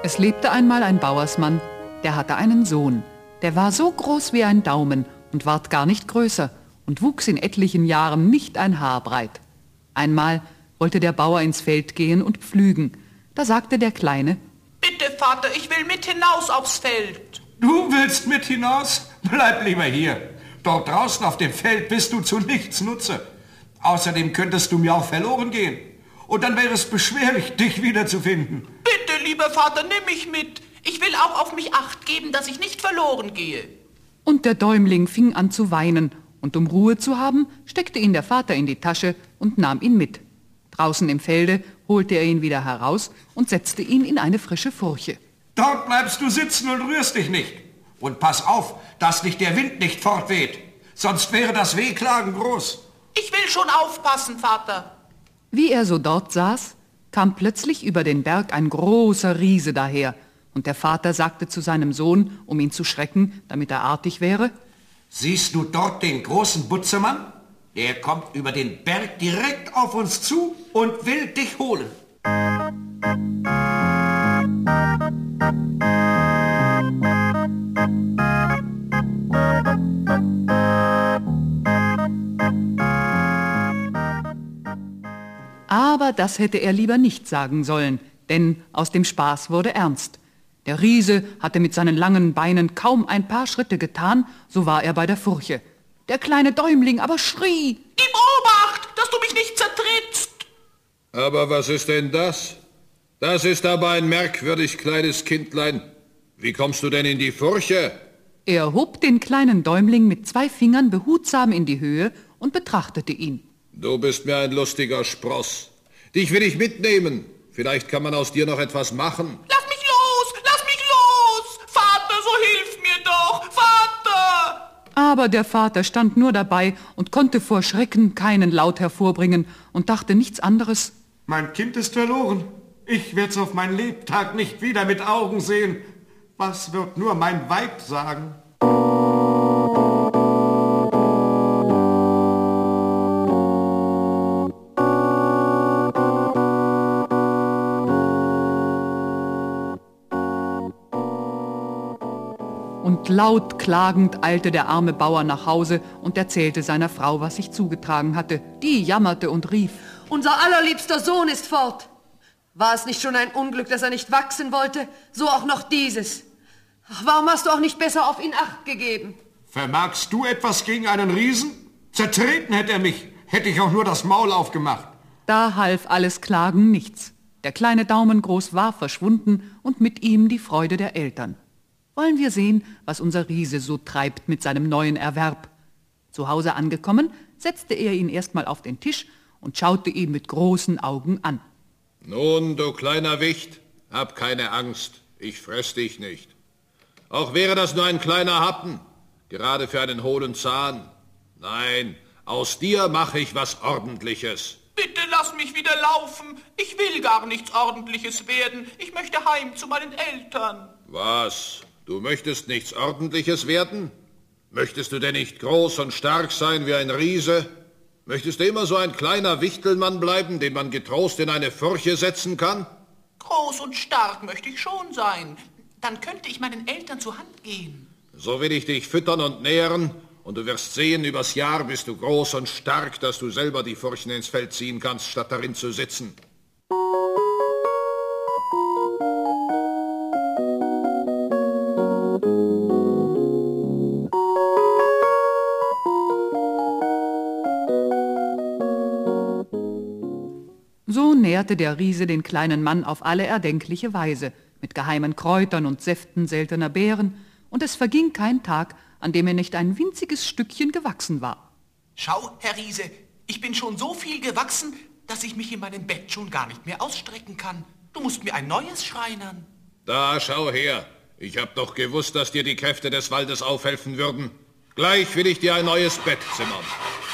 Es lebte einmal ein Bauersmann, der hatte einen Sohn. Der war so groß wie ein Daumen und ward gar nicht größer und wuchs in etlichen Jahren nicht ein Haar breit. Einmal wollte der Bauer ins Feld gehen und pflügen. Da sagte der Kleine: Bitte, Vater, ich will mit hinaus aufs Feld. Du willst mit hinaus? Bleib lieber hier. Dort draußen auf dem Feld bist du zu nichts Nutze. Außerdem könntest du mir auch verloren gehen. Und dann wäre es beschwerlich, dich wiederzufinden. Bitte, lieber Vater, nimm mich mit. Ich will auch auf mich Acht geben, dass ich nicht verloren gehe. Und der Däumling fing an zu weinen, und um Ruhe zu haben, steckte ihn der Vater in die Tasche und nahm ihn mit. Draußen im Felde holte er ihn wieder heraus und setzte ihn in eine frische Furche. Dort bleibst du sitzen und rührst dich nicht. Und pass auf, dass dich der Wind nicht fortweht. Sonst wäre das Wehklagen groß. Ich will schon aufpassen, Vater. Wie er so dort saß, kam plötzlich über den Berg ein großer Riese daher. Und der Vater sagte zu seinem Sohn, um ihn zu schrecken, damit er artig wäre: Siehst du dort den großen Butzemann? Er kommt über den Berg direkt auf uns zu und will dich holen. Aber das hätte er lieber nicht sagen sollen, denn aus dem Spaß wurde ernst. Der Riese hatte mit seinen langen Beinen kaum ein paar Schritte getan, so war er bei der Furche. Der kleine Däumling aber schrie: Gib Obacht, dass du mich nicht zertrittst. Aber was ist denn das? Das ist aber ein merkwürdig kleines Kindlein. Wie kommst du denn in die Furche? Er hob den kleinen Däumling mit 2 Fingern behutsam in die Höhe und betrachtete ihn. Du bist mir ein lustiger Spross. Dich will ich mitnehmen. Vielleicht kann man aus dir noch etwas machen. Lass mich los, lass mich los. Vater, so hilf mir doch, Vater. Aber der Vater stand nur dabei und konnte vor Schrecken keinen Laut hervorbringen und dachte nichts anderes: Mein Kind ist verloren. Ich werd's auf mein Lebtag nicht wieder mit Augen sehen. Was wird nur mein Weib sagen? Und laut klagend eilte der arme Bauer nach Hause und erzählte seiner Frau, was sich zugetragen hatte. Die jammerte und rief: Unser allerliebster Sohn ist fort. War es nicht schon ein Unglück, dass er nicht wachsen wollte? So auch noch dieses. Ach, warum hast du auch nicht besser auf ihn Acht gegeben? Vermagst du etwas gegen einen Riesen? Zertreten hätte er mich, hätte ich auch nur das Maul aufgemacht. Da half alles Klagen nichts. Der kleine Daumengroß war verschwunden und mit ihm die Freude der Eltern. Wollen wir sehen, was unser Riese so treibt mit seinem neuen Erwerb. Zu Hause angekommen, setzte er ihn erstmal auf den Tisch und schaute ihn mit großen Augen an. Nun, du kleiner Wicht, hab keine Angst, ich fress dich nicht. Auch wäre das nur ein kleiner Happen, gerade für einen hohlen Zahn. Nein, aus dir mache ich was Ordentliches. Bitte lass mich wieder laufen. Ich will gar nichts Ordentliches werden. Ich möchte heim zu meinen Eltern. Was? Du möchtest nichts Ordentliches werden? Möchtest du denn nicht groß und stark sein wie ein Riese? Möchtest du immer so ein kleiner Wichtelmann bleiben, den man getrost in eine Furche setzen kann? Groß und stark möchte ich schon sein. Dann könnte ich meinen Eltern zur Hand gehen. So will ich dich füttern und nähren, und du wirst sehen, übers Jahr bist du groß und stark, dass du selber die Furchen ins Feld ziehen kannst, statt darin zu sitzen. So nährte der Riese den kleinen Mann auf alle erdenkliche Weise, mit geheimen Kräutern und Säften seltener Beeren, und es verging kein Tag, an dem er nicht ein winziges Stückchen gewachsen war. Schau, Herr Riese, ich bin schon so viel gewachsen, dass ich mich in meinem Bett schon gar nicht mehr ausstrecken kann. Du musst mir ein neues schreinern. Da, schau her. Ich hab doch gewusst, dass dir die Kräfte des Waldes aufhelfen würden. Gleich will ich dir ein neues Bett zimmern.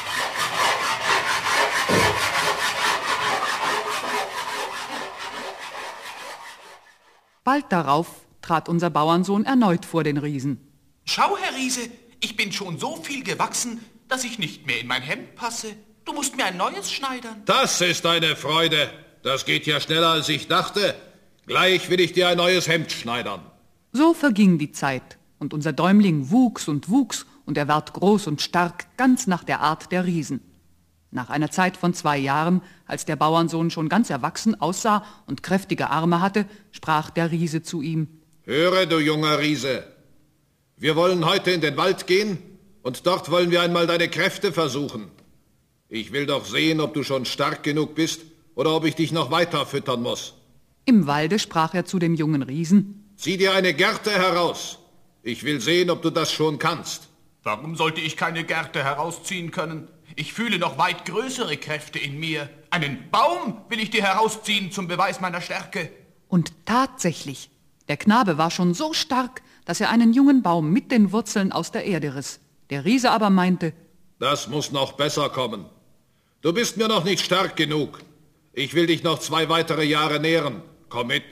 Bald darauf trat unser Bauernsohn erneut vor den Riesen. Schau, Herr Riese, ich bin schon so viel gewachsen, dass ich nicht mehr in mein Hemd passe. Du musst mir ein neues schneidern. Das ist eine Freude. Das geht ja schneller, als ich dachte. Gleich will ich dir ein neues Hemd schneidern. So verging die Zeit, und unser Däumling wuchs, und er ward groß und stark, ganz nach der Art der Riesen. Nach einer Zeit von 2 Jahren, als der Bauernsohn schon ganz erwachsen aussah und kräftige Arme hatte, sprach der Riese zu ihm: Höre, du junger Riese, wir wollen heute in den Wald gehen, und dort wollen wir einmal deine Kräfte versuchen. Ich will doch sehen, ob du schon stark genug bist, oder ob ich dich noch weiter füttern muss. Im Walde sprach er zu dem jungen Riesen: Zieh dir eine Gerte heraus. Ich will sehen, ob du das schon kannst. Warum sollte ich keine Gerte herausziehen können? Ich fühle noch weit größere Kräfte in mir. Einen Baum will ich dir herausziehen zum Beweis meiner Stärke. Und tatsächlich, der Knabe war schon so stark, dass er einen jungen Baum mit den Wurzeln aus der Erde riss. Der Riese aber meinte: Das muss noch besser kommen. Du bist mir noch nicht stark genug. Ich will dich noch 2 weitere Jahre nähren. Komm mit.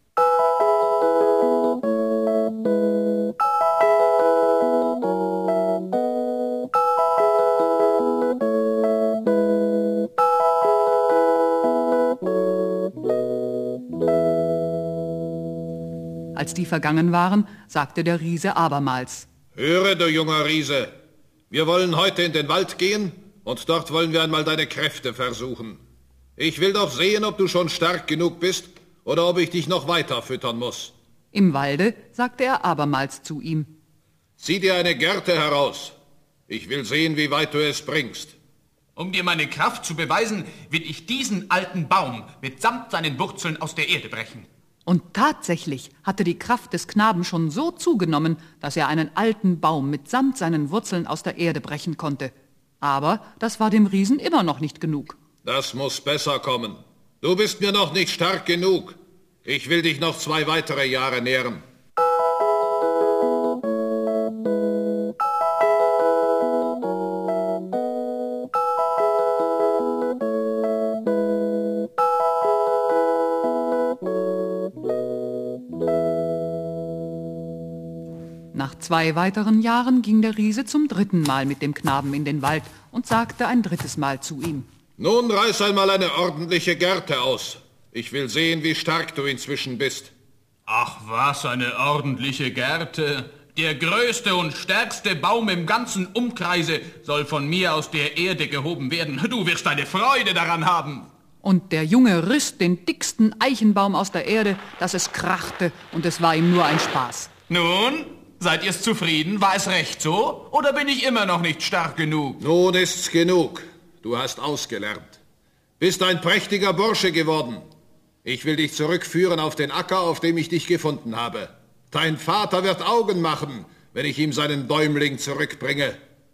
Als die vergangen waren, sagte der Riese abermals: Höre, du junger Riese, wir wollen heute in den Wald gehen, und dort wollen wir einmal deine Kräfte versuchen. Ich will doch sehen, ob du schon stark genug bist, oder ob ich dich noch weiter füttern muss. Im Walde sagte er abermals zu ihm: Zieh dir eine Gerte heraus. Ich will sehen, wie weit du es bringst. Um dir meine Kraft zu beweisen, will ich diesen alten Baum mitsamt seinen Wurzeln aus der Erde brechen. Und tatsächlich hatte die Kraft des Knaben schon so zugenommen, dass er einen alten Baum mitsamt seinen Wurzeln aus der Erde brechen konnte. Aber das war dem Riesen immer noch nicht genug. Das muss besser kommen. Du bist mir noch nicht stark genug. Ich will dich noch 2 weitere Jahre nähren. Nach 2 weiteren Jahren ging der Riese zum 3. Mal mit dem Knaben in den Wald und sagte ein 3. Mal zu ihm: Nun reiß einmal eine ordentliche Gerte aus. Ich will sehen, wie stark du inzwischen bist. Ach was, eine ordentliche Gerte. Der größte und stärkste Baum im ganzen Umkreise soll von mir aus der Erde gehoben werden. Du wirst eine Freude daran haben. Und der Junge riss den dicksten Eichenbaum aus der Erde, dass es krachte, und es war ihm nur ein Spaß. Nun, seid ihr's zufrieden? War es recht so? Oder bin ich immer noch nicht stark genug? Nun ist's genug. Du hast ausgelernt. Bist ein prächtiger Bursche geworden. Ich will dich zurückführen auf den Acker, auf dem ich dich gefunden habe. Dein Vater wird Augen machen, wenn ich ihm seinen Däumling zurückbringe.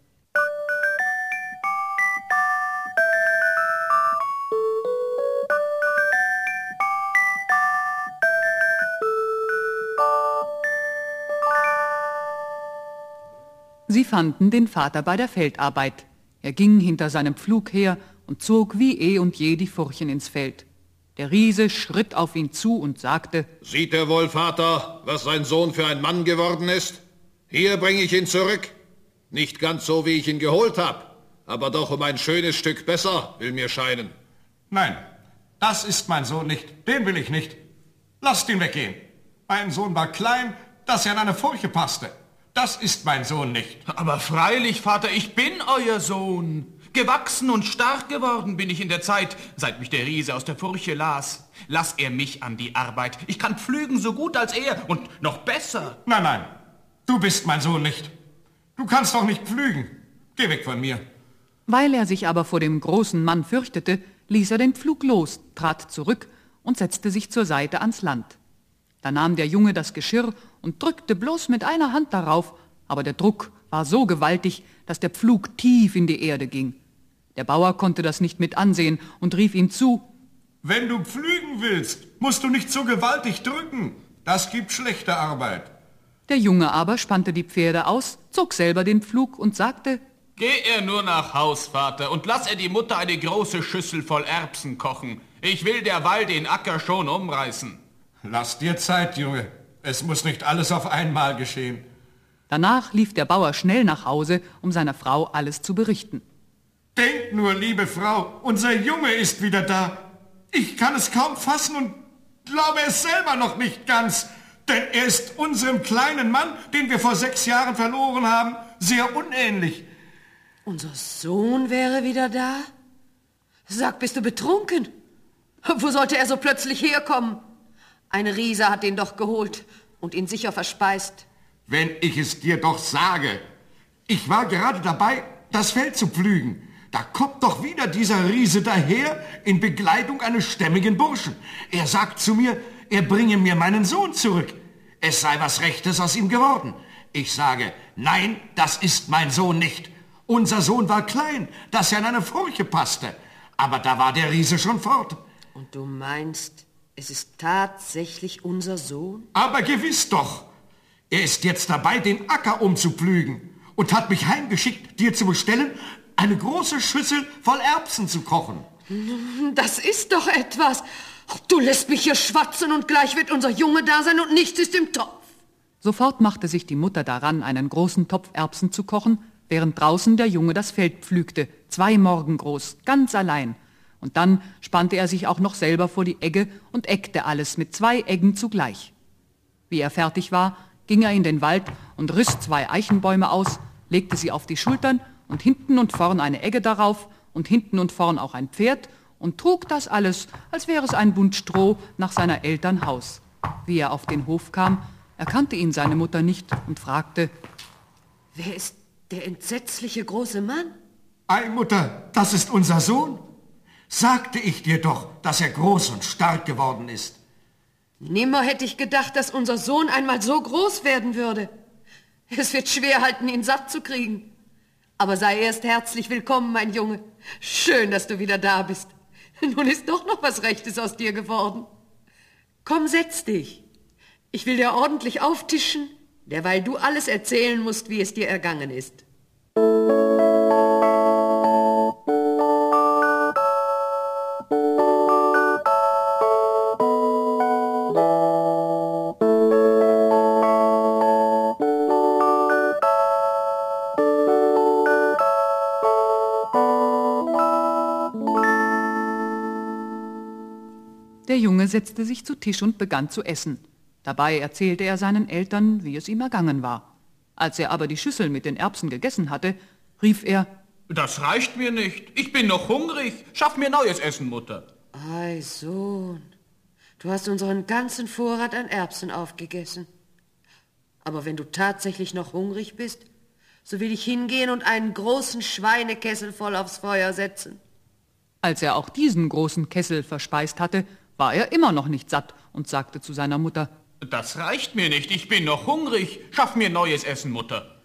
Sie fanden den Vater bei der Feldarbeit. Er ging hinter seinem Pflug her und zog wie eh und je die Furchen ins Feld. Der Riese schritt auf ihn zu und sagte: Sieht er wohl, Vater, was sein Sohn für ein Mann geworden ist? Hier bringe ich ihn zurück. Nicht ganz so, wie ich ihn geholt habe, aber doch um ein schönes Stück besser, will mir scheinen. Nein, das ist mein Sohn nicht. Den will ich nicht. Lasst ihn weggehen. Mein Sohn war klein, dass er in eine Furche passte. Das ist mein Sohn nicht. Aber freilich, Vater, ich bin euer Sohn. Gewachsen und stark geworden bin ich in der Zeit, seit mich der Riese aus der Furche las. Lass er mich an die Arbeit. Ich kann pflügen so gut als er und noch besser. Nein, nein, du bist mein Sohn nicht. Du kannst doch nicht pflügen. Geh weg von mir. Weil er sich aber vor dem großen Mann fürchtete, ließ er den Pflug los, trat zurück und setzte sich zur Seite ans Land. Da nahm der Junge das Geschirr und drückte bloß mit einer Hand darauf, aber der Druck war so gewaltig, dass der Pflug tief in die Erde ging. Der Bauer konnte das nicht mit ansehen und rief ihm zu: Wenn du pflügen willst, musst du nicht so gewaltig drücken. Das gibt schlechte Arbeit. Der Junge aber spannte die Pferde aus, zog selber den Pflug und sagte: Geh er nur nach Haus, Vater, und lass er die Mutter eine große Schüssel voll Erbsen kochen. Ich will derweil den Acker schon umreißen. Lass dir Zeit, Junge. Es muss nicht alles auf einmal geschehen. Danach lief der Bauer schnell nach Hause, um seiner Frau alles zu berichten. Denk nur, liebe Frau, unser Junge ist wieder da. Ich kann es kaum fassen und glaube es selber noch nicht ganz, denn er ist unserem kleinen Mann, den wir vor 6 Jahren verloren haben, sehr unähnlich. Unser Sohn wäre wieder da? Sag, bist du betrunken? Wo sollte er so plötzlich herkommen? Ein Riese hat ihn doch geholt und ihn sicher verspeist. Wenn ich es dir doch sage. Ich war gerade dabei, das Feld zu pflügen. Da kommt doch wieder dieser Riese daher in Begleitung eines stämmigen Burschen. Er sagt zu mir, er bringe mir meinen Sohn zurück. Es sei was Rechtes aus ihm geworden. Ich sage, nein, das ist mein Sohn nicht. Unser Sohn war klein, dass er in eine Furche passte. Aber da war der Riese schon fort. Und du meinst, es ist tatsächlich unser Sohn? Aber gewiss doch. Er ist jetzt dabei, den Acker umzupflügen und hat mich heimgeschickt, dir zu bestellen, eine große Schüssel voll Erbsen zu kochen. Das ist doch etwas. Ach, du lässt mich hier schwatzen und gleich wird unser Junge da sein und nichts ist im Topf. Sofort machte sich die Mutter daran, einen großen Topf Erbsen zu kochen, während draußen der Junge das Feld pflügte, 2 Morgen groß, ganz allein. Und dann spannte er sich auch noch selber vor die Egge und eckte alles mit 2 Eggen zugleich. Wie er fertig war, ging er in den Wald und riss 2 Eichenbäume aus, legte sie auf die Schultern und hinten und vorn eine Egge darauf und hinten und vorn auch ein Pferd und trug das alles, als wäre es ein Bund Stroh, nach seiner Eltern Haus. Wie er auf den Hof kam, erkannte ihn seine Mutter nicht und fragte: Wer ist der entsetzliche große Mann? Ei, Mutter, das ist unser Sohn. Sagte ich dir doch, dass er groß und stark geworden ist. Nimmer hätte ich gedacht, dass unser Sohn einmal so groß werden würde. Es wird schwer halten, ihn satt zu kriegen. Aber sei erst herzlich willkommen, mein Junge. Schön, dass du wieder da bist. Nun ist doch noch was Rechtes aus dir geworden. Komm, setz dich. Ich will dir ordentlich auftischen, derweil du alles erzählen musst, wie es dir ergangen ist. Der Junge setzte sich zu Tisch und begann zu essen. Dabei erzählte er seinen Eltern, wie es ihm ergangen war. Als er aber die Schüssel mit den Erbsen gegessen hatte, rief er: Das reicht mir nicht. Ich bin noch hungrig. Schaff mir neues Essen, Mutter. Ei, Sohn, du hast unseren ganzen Vorrat an Erbsen aufgegessen. Aber wenn du tatsächlich noch hungrig bist, so will ich hingehen und einen großen Schweinekessel voll aufs Feuer setzen. Als er auch diesen großen Kessel verspeist hatte, war er immer noch nicht satt und sagte zu seiner Mutter: Das reicht mir nicht. Ich bin noch hungrig. Schaff mir neues Essen, Mutter.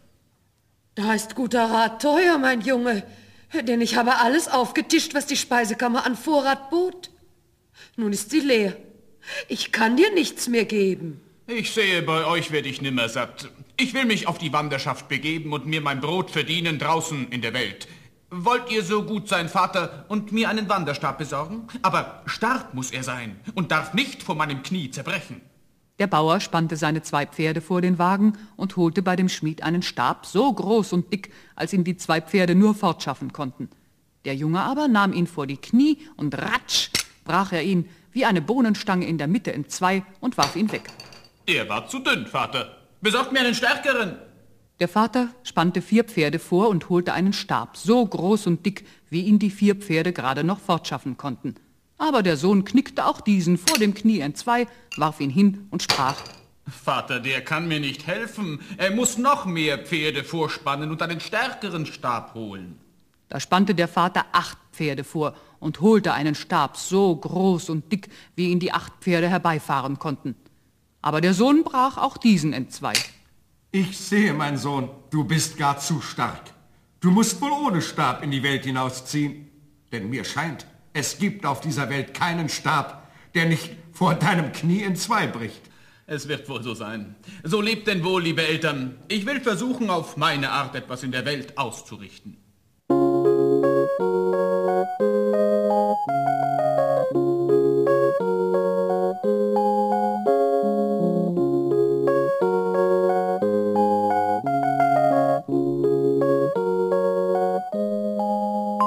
Da ist guter Rat teuer, mein Junge, denn ich habe alles aufgetischt, was die Speisekammer an Vorrat bot. Nun ist sie leer. Ich kann dir nichts mehr geben. Ich sehe, bei euch werde ich nimmer satt. Ich will mich auf die Wanderschaft begeben und mir mein Brot verdienen draußen in der Welt. Wollt ihr so gut sein, Vater, und mir einen Wanderstab besorgen? Aber stark muss er sein und darf nicht vor meinem Knie zerbrechen. Der Bauer spannte seine 2 Pferde vor den Wagen und holte bei dem Schmied einen Stab, so groß und dick, als ihn die 2 Pferde nur fortschaffen konnten. Der Junge aber nahm ihn vor die Knie und ratsch brach er ihn wie eine Bohnenstange in der Mitte in 2 und warf ihn weg. Er war zu dünn, Vater. Besorgt mir einen stärkeren. Der Vater spannte 4 Pferde vor und holte einen Stab, so groß und dick, wie ihn die 4 Pferde gerade noch fortschaffen konnten. Aber der Sohn knickte auch diesen vor dem Knie in 2, warf ihn hin und sprach: Vater, der kann mir nicht helfen. Er muss noch mehr Pferde vorspannen und einen stärkeren Stab holen. Da spannte der Vater 8 Pferde vor und holte einen Stab, so groß und dick, wie ihn die 8 Pferde herbeifahren konnten. Aber der Sohn brach auch diesen in 2. Ich sehe, mein Sohn, du bist gar zu stark. Du musst wohl ohne Stab in die Welt hinausziehen. Denn mir scheint, es gibt auf dieser Welt keinen Stab, der nicht vor deinem Knie in 2 bricht. Es wird wohl so sein. So lebt denn wohl, liebe Eltern. Ich will versuchen, auf meine Art etwas in der Welt auszurichten.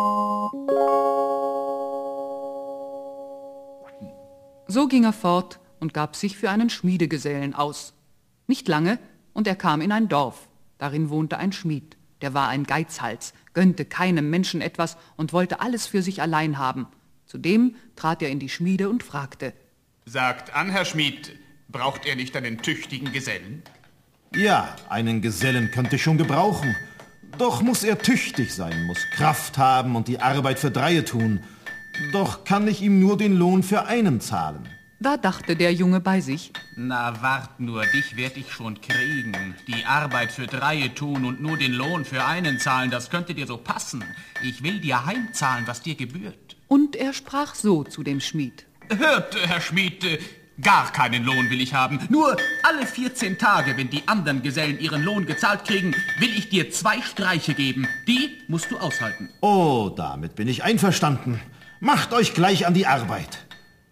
So ging er fort und gab sich für einen Schmiedegesellen aus. Nicht lange, und er kam in ein Dorf. Darin wohnte ein Schmied. Der war ein Geizhals, gönnte keinem Menschen etwas und wollte alles für sich allein haben. Zudem trat er in die Schmiede und fragte: Sagt an, Herr Schmied, braucht er nicht einen tüchtigen Gesellen? Ja, einen Gesellen könnte ich schon gebrauchen. Doch muss er tüchtig sein, muss Kraft haben und die Arbeit für 3 tun. Doch kann ich ihm nur den Lohn für einen zahlen. Da dachte der Junge bei sich: Na, wart nur, dich werd ich schon kriegen. Die Arbeit für 3 tun und nur den Lohn für einen zahlen, das könnte dir so passen. Ich will dir heimzahlen, was dir gebührt. Und er sprach so zu dem Schmied: Hört, Herr Schmied, gar keinen Lohn will ich haben. Nur alle 14 Tage, wenn die anderen Gesellen ihren Lohn gezahlt kriegen, will ich dir 2 Streiche geben. Die musst du aushalten. Oh, damit bin ich einverstanden. Macht euch gleich an die Arbeit.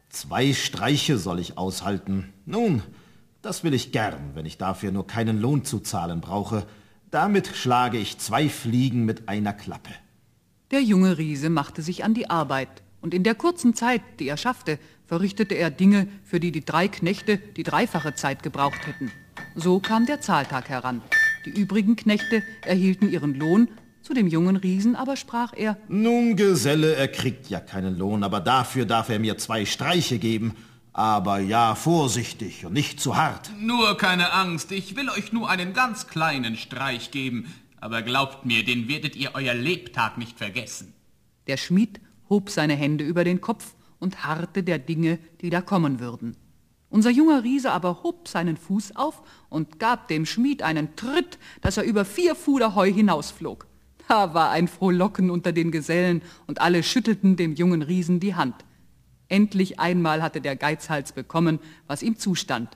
2 Streiche soll ich aushalten. Nun, das will ich gern, wenn ich dafür nur keinen Lohn zu zahlen brauche. Damit schlage ich 2 Fliegen mit einer Klappe. Der junge Riese machte sich an die Arbeit, und in der kurzen Zeit, die er schaffte, verrichtete er Dinge, für die die 3 Knechte die 3-fache Zeit gebraucht hätten. So kam der Zahltag heran. Die übrigen Knechte erhielten ihren Lohn, zu dem jungen Riesen aber sprach er: Nun, Geselle, er kriegt ja keinen Lohn, aber dafür darf er mir 2 Streiche geben. Aber ja, vorsichtig und nicht zu hart. Nur keine Angst, ich will euch nur einen ganz kleinen Streich geben. Aber glaubt mir, den werdet ihr euer Lebtag nicht vergessen. Der Schmied hob seine Hände über den Kopf und harrte der Dinge, die da kommen würden. Unser junger Riese aber hob seinen Fuß auf und gab dem Schmied einen Tritt, dass er über 4 Fuder Heu hinausflog. Da war ein Frohlocken unter den Gesellen, und alle schüttelten dem jungen Riesen die Hand. Endlich einmal hatte der Geizhals bekommen, was ihm zustand.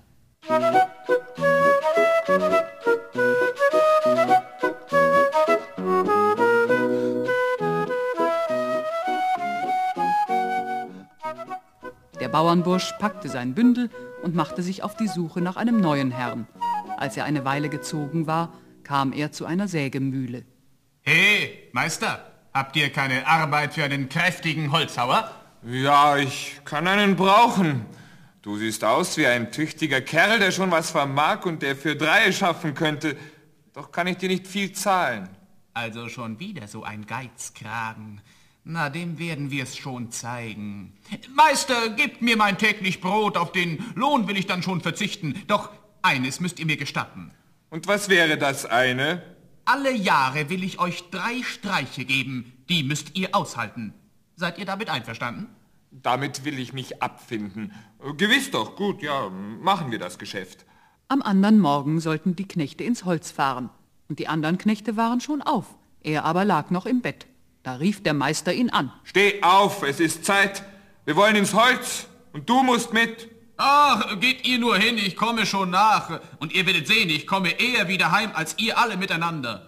Der Bauernbursch packte sein Bündel und machte sich auf die Suche nach einem neuen Herrn. Als er eine Weile gezogen war, kam er zu einer Sägemühle. Hey, Meister, habt ihr keine Arbeit für einen kräftigen Holzhauer? Ja, ich kann einen brauchen. Du siehst aus wie ein tüchtiger Kerl, der schon was vermag und der für 3 schaffen könnte. Doch kann ich dir nicht viel zahlen. Also schon wieder so ein Geizkragen. Na, dem werden wir's schon zeigen. Meister, gebt mir mein täglich Brot, auf den Lohn will ich dann schon verzichten. Doch eines müsst ihr mir gestatten. Und was wäre das eine? Alle Jahre will ich euch 3 Streiche geben, die müsst ihr aushalten. Seid ihr damit einverstanden? Damit will ich mich abfinden. Gewiss doch, gut, ja, machen wir das Geschäft. Am anderen Morgen sollten die Knechte ins Holz fahren, und die anderen Knechte waren schon auf. Er aber lag noch im Bett. Da rief der Meister ihn an. Steh auf, es ist Zeit. Wir wollen ins Holz und du musst mit. Ach, geht ihr nur hin, ich komme schon nach. Und ihr werdet sehen, ich komme eher wieder heim, als ihr alle miteinander.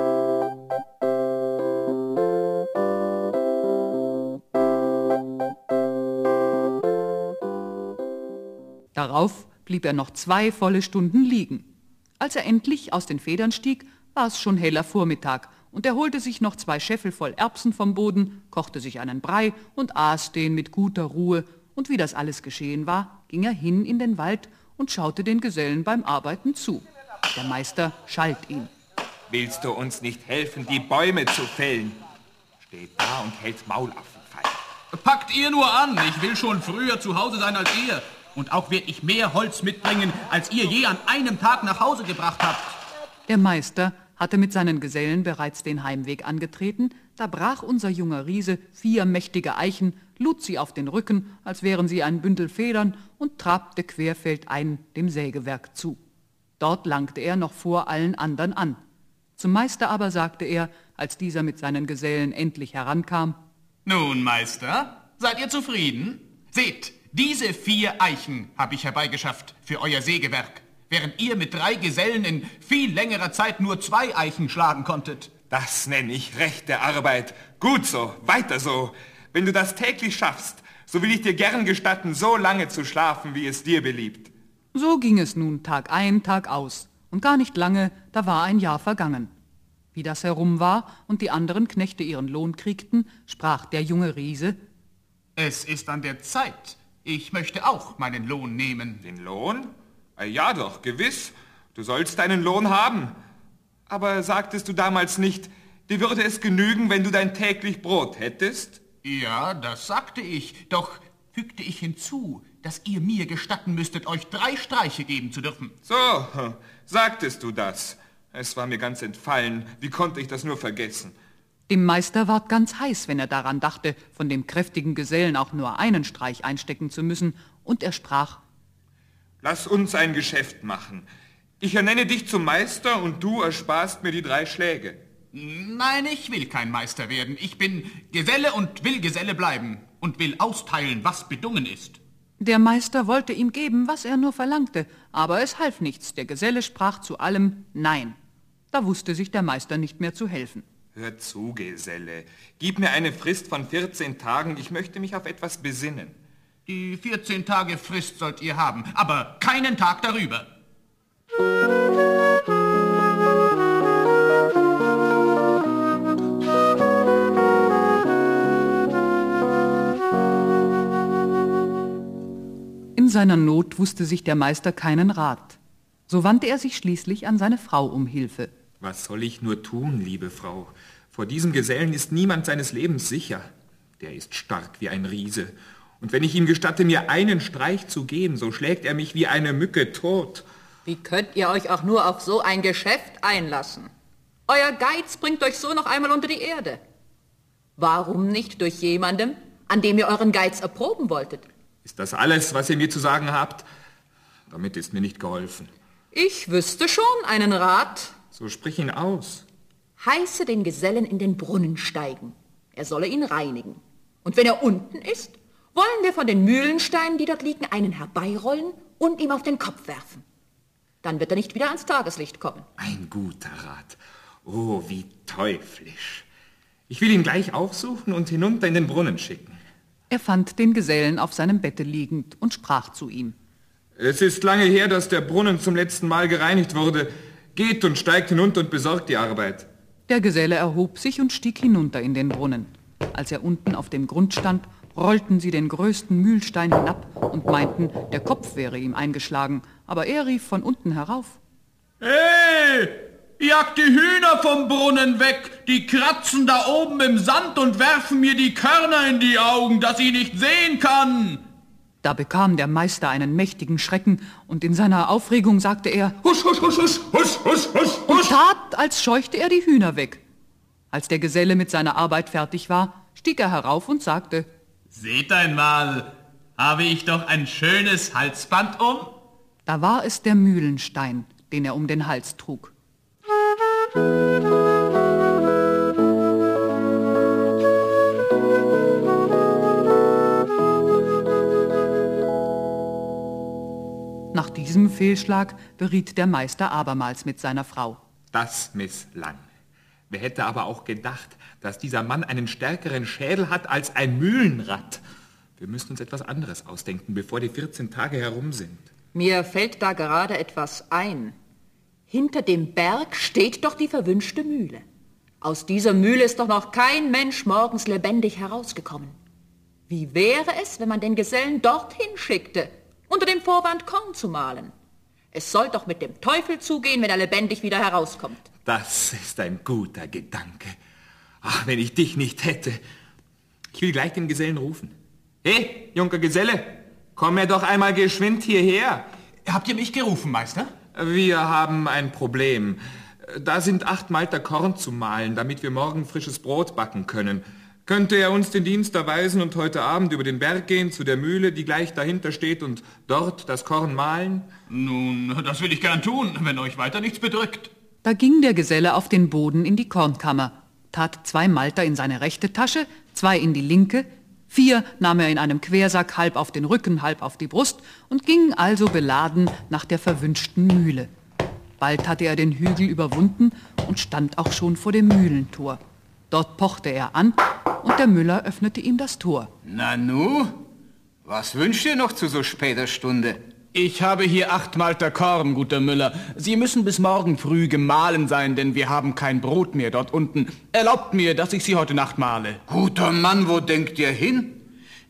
Darauf blieb er noch 2 volle Stunden liegen. Als er endlich aus den Federn stieg, war es schon heller Vormittag, und er holte sich noch 2 Scheffel voll Erbsen vom Boden, kochte sich einen Brei und aß den mit guter Ruhe. Und wie das alles geschehen war, ging er hin in den Wald und schaute den Gesellen beim Arbeiten zu. Der Meister schalt ihn. Willst du uns nicht helfen, die Bäume zu fällen? Steht da und hält Maulaffenfall. Packt ihr nur an, ich will schon früher zu Hause sein als ihr. Und auch werd ich mehr Holz mitbringen, als ihr je an einem Tag nach Hause gebracht habt. Der Meister hatte mit seinen Gesellen bereits den Heimweg angetreten, da brach unser junger Riese 4 mächtige Eichen, lud sie auf den Rücken, als wären sie ein Bündel Federn, und trabte querfeldein dem Sägewerk zu. Dort langte er noch vor allen anderen an. Zum Meister aber sagte er, als dieser mit seinen Gesellen endlich herankam: Nun, Meister, seid ihr zufrieden? Seht, diese 4 Eichen habe ich herbeigeschafft für euer Sägewerk, während ihr mit 3 Gesellen in viel längerer Zeit nur 2 Eichen schlagen konntet. Das nenne ich rechte Arbeit. Gut so, weiter so. Wenn du das täglich schaffst, so will ich dir gern gestatten, so lange zu schlafen, wie es dir beliebt. So ging es nun Tag ein, Tag aus, und gar nicht lange, da war ein Jahr vergangen. Wie das herum war und die anderen Knechte ihren Lohn kriegten, sprach der junge Riese: Es ist an der Zeit. Ich möchte auch meinen Lohn nehmen. Den Lohn? Ja doch, gewiss. Du sollst deinen Lohn haben. Aber sagtest du damals nicht, dir würde es genügen, wenn du dein täglich Brot hättest? Ja, das sagte ich. Doch fügte ich hinzu, dass ihr mir gestatten müsstet, euch 3 Streiche geben zu dürfen. So, sagtest du das. Es war mir ganz entfallen. Wie konnte ich das nur vergessen? Dem Meister ward ganz heiß, wenn er daran dachte, von dem kräftigen Gesellen auch nur einen Streich einstecken zu müssen, und er sprach: Lass uns ein Geschäft machen. Ich ernenne dich zum Meister und du ersparst mir die 3 Schläge. Nein, ich will kein Meister werden. Ich bin Geselle und will Geselle bleiben und will austeilen, was bedungen ist. Der Meister wollte ihm geben, was er nur verlangte, aber es half nichts. Der Geselle sprach zu allem Nein. Da wusste sich der Meister nicht mehr zu helfen. Hör zu, Geselle. Gib mir eine Frist von 14 Tagen. Ich möchte mich auf etwas besinnen. Die 14 Tage Frist sollt ihr haben, aber keinen Tag darüber. In seiner Not wusste sich der Meister keinen Rat. So wandte er sich schließlich an seine Frau um Hilfe. Was soll ich nur tun, liebe Frau? Vor diesem Gesellen ist niemand seines Lebens sicher. Der ist stark wie ein Riese. Und wenn ich ihm gestatte, mir einen Streich zu geben, so schlägt er mich wie eine Mücke tot. Wie könnt ihr euch auch nur auf so ein Geschäft einlassen? Euer Geiz bringt euch so noch einmal unter die Erde. Warum nicht durch jemandem, an dem ihr euren Geiz erproben wolltet? Ist das alles, was ihr mir zu sagen habt? Damit ist mir nicht geholfen. Ich wüsste schon einen Rat. So sprich ihn aus. Heiße den Gesellen in den Brunnen steigen. Er solle ihn reinigen. Und wenn er unten ist, wollen wir von den Mühlensteinen, die dort liegen, einen herbeirollen und ihm auf den Kopf werfen. Dann wird er nicht wieder ans Tageslicht kommen. Ein guter Rat. Oh, wie teuflisch. Ich will ihn gleich aufsuchen und hinunter in den Brunnen schicken. Er fand den Gesellen auf seinem Bette liegend und sprach zu ihm: Es ist lange her, dass der Brunnen zum letzten Mal gereinigt wurde. Geht und steigt hinunter und besorgt die Arbeit. Der Geselle erhob sich und stieg hinunter in den Brunnen. Als er unten auf dem Grund stand, rollten sie den größten Mühlstein hinab und meinten, der Kopf wäre ihm eingeschlagen. Aber er rief von unten herauf: Hey, jagt die Hühner vom Brunnen weg, die kratzen da oben im Sand und werfen mir die Körner in die Augen, dass ich nicht sehen kann. Da bekam der Meister einen mächtigen Schrecken, und in seiner Aufregung sagte er: Husch, husch, husch, husch, husch, husch, husch, und tat, als scheuchte er die Hühner weg. Als der Geselle mit seiner Arbeit fertig war, stieg er herauf und sagte: Seht einmal, habe ich doch ein schönes Halsband um? Da war es der Mühlenstein, den er um den Hals trug. Nach diesem Fehlschlag beriet der Meister abermals mit seiner Frau. Das misslang. Wer hätte aber auch gedacht, dass dieser Mann einen stärkeren Schädel hat als ein Mühlenrad? Wir müssen uns etwas anderes ausdenken, bevor die 14 Tage herum sind. Mir fällt da gerade etwas ein. Hinter dem Berg steht doch die verwünschte Mühle. Aus dieser Mühle ist doch noch kein Mensch morgens lebendig herausgekommen. Wie wäre es, wenn man den Gesellen dorthin schickte, unter dem Vorwand Korn zu mahlen? Es soll doch mit dem Teufel zugehen, wenn er lebendig wieder herauskommt. Das ist ein guter Gedanke. Ach, wenn ich dich nicht hätte. Ich will gleich den Gesellen rufen. Hey, Junker Geselle, komm mir doch einmal geschwind hierher. Habt ihr mich gerufen, Meister? Wir haben ein Problem. Da sind 8 Malter Korn zu mahlen, damit wir morgen frisches Brot backen können. Könnte er uns den Dienst erweisen und heute Abend über den Berg gehen zu der Mühle, die gleich dahinter steht, und dort das Korn mahlen? Nun, das will ich gern tun, wenn euch weiter nichts bedrückt. Da ging der Geselle auf den Boden in die Kornkammer, tat 2 Malter in seine rechte Tasche, 2 in die linke, 4 nahm er in einem Quersack halb auf den Rücken, halb auf die Brust und ging also beladen nach der verwünschten Mühle. Bald hatte er den Hügel überwunden und stand auch schon vor dem Mühlentor. Dort pochte er an und der Müller öffnete ihm das Tor. Nanu, was wünscht ihr noch zu so später Stunde? Ich habe hier 8 Malter Korn, guter Müller. Sie müssen bis morgen früh gemahlen sein, denn wir haben kein Brot mehr dort unten. Erlaubt mir, dass ich sie heute Nacht mahle. Guter Mann, wo denkt ihr hin?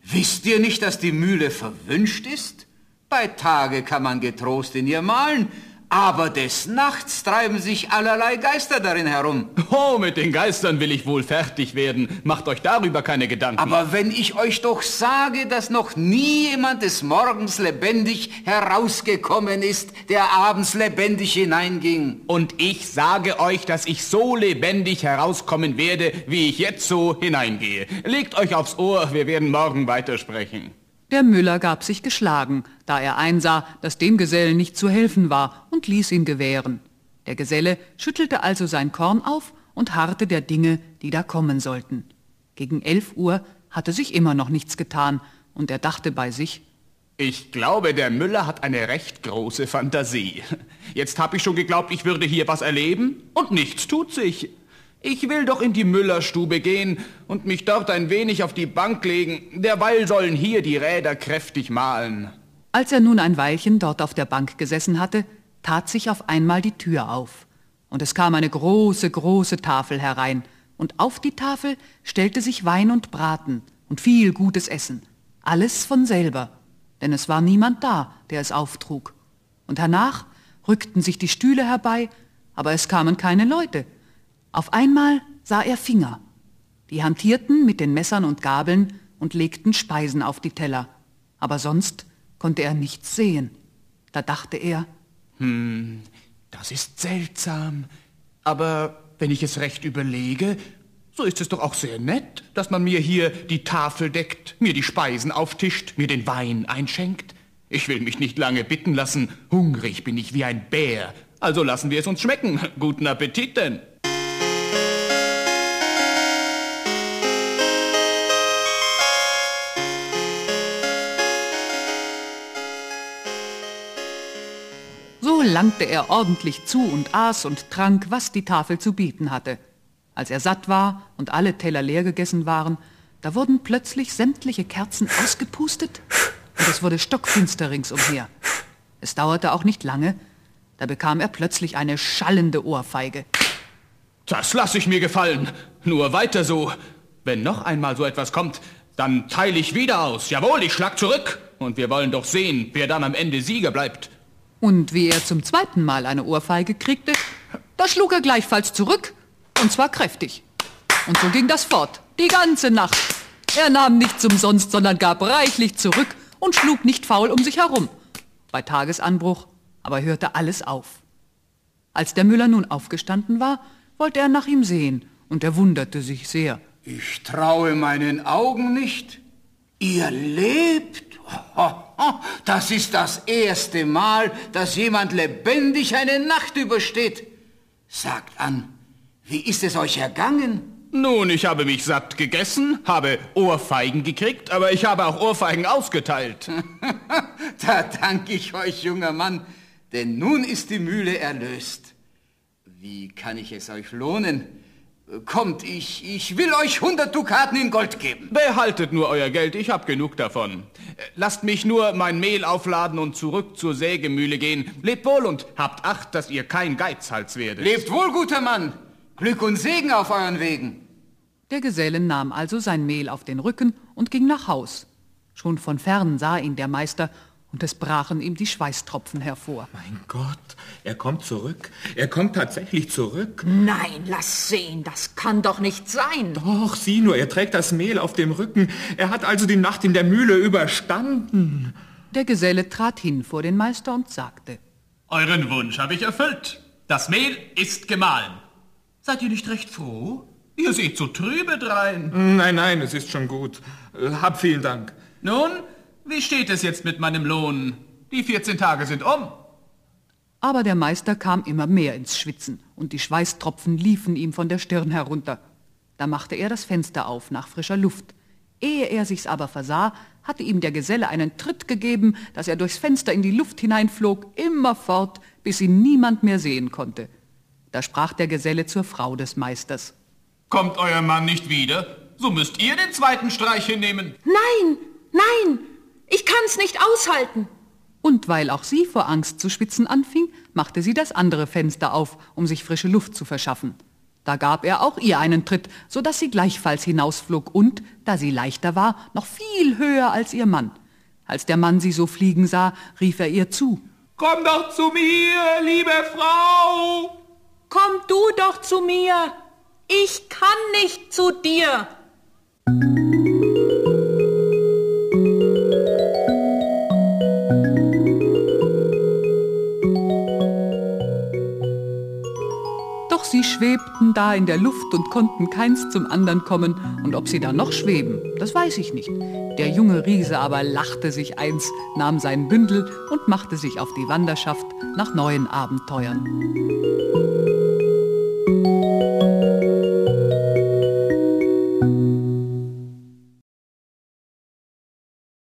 Wisst ihr nicht, dass die Mühle verwünscht ist? Bei Tage kann man getrost in ihr mahlen, aber des Nachts treiben sich allerlei Geister darin herum. Oh, mit den Geistern will ich wohl fertig werden. Macht euch darüber keine Gedanken. Aber wenn ich euch doch sage, dass noch nie jemand des Morgens lebendig herausgekommen ist, der abends lebendig hineinging. Und ich sage euch, dass ich so lebendig herauskommen werde, wie ich jetzt so hineingehe. Legt euch aufs Ohr, wir werden morgen weitersprechen. Der Müller gab sich geschlagen, da er einsah, dass dem Gesellen nicht zu helfen war, und ließ ihn gewähren. Der Geselle schüttelte also sein Korn auf und harrte der Dinge, die da kommen sollten. Gegen 11 Uhr hatte sich immer noch nichts getan, und er dachte bei sich: Ich glaube, der Müller hat eine recht große Fantasie. Jetzt habe ich schon geglaubt, ich würde hier was erleben, und nichts tut sich. Ich will doch in die Müllerstube gehen und mich dort ein wenig auf die Bank legen. Derweil sollen hier die Räder kräftig mahlen. Als er nun ein Weilchen dort auf der Bank gesessen hatte, tat sich auf einmal die Tür auf. Und es kam eine große, große Tafel herein. Und auf die Tafel stellte sich Wein und Braten und viel gutes Essen. Alles von selber, denn es war niemand da, der es auftrug. Und hernach rückten sich die Stühle herbei, aber es kamen keine Leute. Auf einmal sah er Finger. Die hantierten mit den Messern und Gabeln und legten Speisen auf die Teller. Aber sonst konnte er nichts sehen. Da dachte er: Das ist seltsam. Aber wenn ich es recht überlege, so ist es doch auch sehr nett, dass man mir hier die Tafel deckt, mir die Speisen auftischt, mir den Wein einschenkt. Ich will mich nicht lange bitten lassen. Hungrig bin ich wie ein Bär. Also lassen wir es uns schmecken. Guten Appetit denn. So langte er ordentlich zu und aß und trank, was die Tafel zu bieten hatte. Als er satt war und alle Teller leer gegessen waren, da wurden plötzlich sämtliche Kerzen ausgepustet und es wurde stockfinster ringsumher. Es dauerte auch nicht lange, da bekam er plötzlich eine schallende Ohrfeige. Das lasse ich mir gefallen. Nur weiter so. Wenn noch einmal so etwas kommt, dann teile ich wieder aus. Jawohl, ich schlag zurück. Und wir wollen doch sehen, wer dann am Ende Sieger bleibt. Und wie er zum zweiten Mal eine Ohrfeige kriegte, da schlug er gleichfalls zurück, und zwar kräftig. Und so ging das fort, die ganze Nacht. Er nahm nichts umsonst, sondern gab reichlich zurück und schlug nicht faul um sich herum. Bei Tagesanbruch aber hörte alles auf. Als der Müller nun aufgestanden war, wollte er nach ihm sehen, und er wunderte sich sehr. Ich traue meinen Augen nicht. Ihr lebt? Das ist das erste Mal, dass jemand lebendig eine Nacht übersteht. Sagt an, wie ist es euch ergangen? Nun, ich habe mich satt gegessen, habe Ohrfeigen gekriegt, aber ich habe auch Ohrfeigen ausgeteilt. Da danke ich euch, junger Mann, denn nun ist die Mühle erlöst. Wie kann ich es euch lohnen? Kommt, ich will euch 100 Dukaten in Gold geben. Behaltet nur euer Geld, ich hab genug davon. Lasst mich nur mein Mehl aufladen und zurück zur Sägemühle gehen. Lebt wohl und habt Acht, dass ihr kein Geizhals werdet. Lebt wohl, guter Mann. Glück und Segen auf euren Wegen. Der Geselle nahm also sein Mehl auf den Rücken und ging nach Haus. Schon von fern sah ihn der Meister, und es brachen ihm die Schweißtropfen hervor. Mein Gott, er kommt zurück. Er kommt tatsächlich zurück. Nein, lass sehen, das kann doch nicht sein. Doch, sieh nur, er trägt das Mehl auf dem Rücken. Er hat also die Nacht in der Mühle überstanden. Der Geselle trat hin vor den Meister und sagte: Euren Wunsch habe ich erfüllt. Das Mehl ist gemahlen. Seid ihr nicht recht froh? Ihr seht so trübe drein. Nein, es ist schon gut. Hab vielen Dank. Nun, wie steht es jetzt mit meinem Lohn? Die 14 Tage sind um. Aber der Meister kam immer mehr ins Schwitzen, und die Schweißtropfen liefen ihm von der Stirn herunter. Da machte er das Fenster auf nach frischer Luft. Ehe er sich's aber versah, hatte ihm der Geselle einen Tritt gegeben, dass er durchs Fenster in die Luft hineinflog, immerfort, bis ihn niemand mehr sehen konnte. Da sprach der Geselle zur Frau des Meisters: Kommt euer Mann nicht wieder, so müsst ihr den zweiten Streich hinnehmen. Nein, ich kann's nicht aushalten. Und weil auch sie vor Angst zu schwitzen anfing, machte sie das andere Fenster auf, um sich frische Luft zu verschaffen. Da gab er auch ihr einen Tritt, so dass sie gleichfalls hinausflog und, da sie leichter war, noch viel höher als ihr Mann. Als der Mann sie so fliegen sah, rief er ihr zu. Komm doch zu mir, liebe Frau! Komm du doch zu mir! Ich kann nicht zu dir! Doch sie schwebten da in der Luft und konnten keins zum andern kommen, und ob sie da noch schweben, das weiß ich nicht. Der junge Riese aber lachte sich eins, nahm sein Bündel und machte sich auf die Wanderschaft nach neuen Abenteuern.